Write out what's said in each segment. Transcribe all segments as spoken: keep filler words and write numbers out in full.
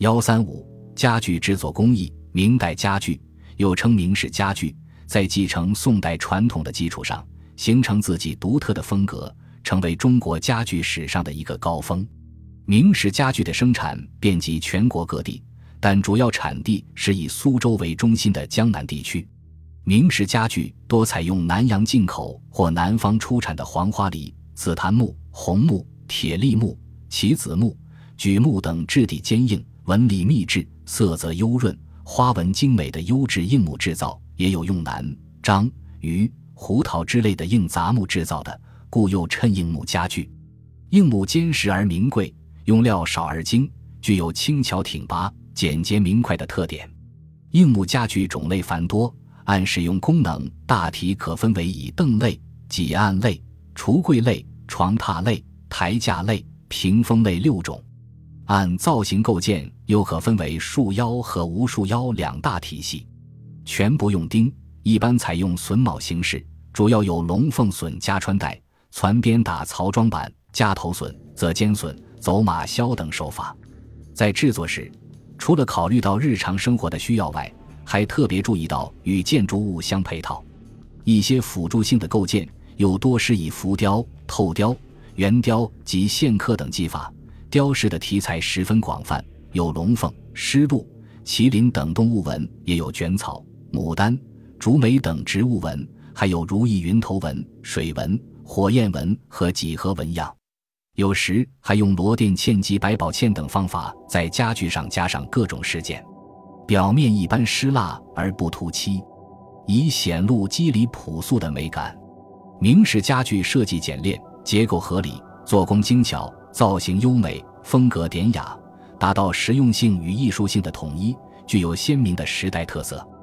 一三五家具制作工艺。明代家具又称明式家具，在继承宋代传统的基础上，形成自己独特的风格，成为中国家具史上的一个高峰。明式家具的生产遍及全国各地，但主要产地是以苏州为中心的江南地区。明式家具多采用南洋进口或南方出产的黄花梨、紫檀木、红木、铁栗木、棋子木、榉木等质地坚硬、纹理密致、色泽幽润、花纹精美的优质硬木制造，也有用楠、樟、榆、胡桃之类的硬杂木制造的，故又称硬木家具。硬木坚实而名贵，用料少而精，具有轻巧挺拔、简洁明快的特点。硬木家具种类繁多，按使用功能大体可分为以凳类、几案类、橱柜类、床榻类、台架类、屏风类六种。按造型构件又可分为束腰和无束腰两大体系。全不用钉，一般采用榫卯形式，主要有龙凤榫加穿带、攒边打槽装板、加头榫、择尖榫、走马削等手法。在制作时，除了考虑到日常生活的需要外，还特别注意到与建筑物相配套。一些辅助性的构件又多施以浮雕、透雕、圆雕及线刻等技法，雕饰的题材十分广泛，有龙凤、狮鹿、麒麟等动物纹，也有卷草、牡丹、竹梅等植物纹，还有如意云头纹、水纹、火焰纹和几何纹样。有时还用螺钿嵌及百宝嵌等方法在家具上加上各种饰件，表面一般湿蜡而不涂漆，以显露肌理朴素的美感。明式家具设计简练，结构合理，做工精巧，造型优美，风格典雅，达到实用性与艺术性的统一，具有鲜明的时代特色。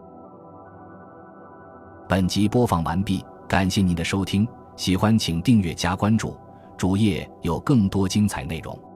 本集播放完毕，感谢您的收听，喜欢请订阅加关注，主页有更多精彩内容。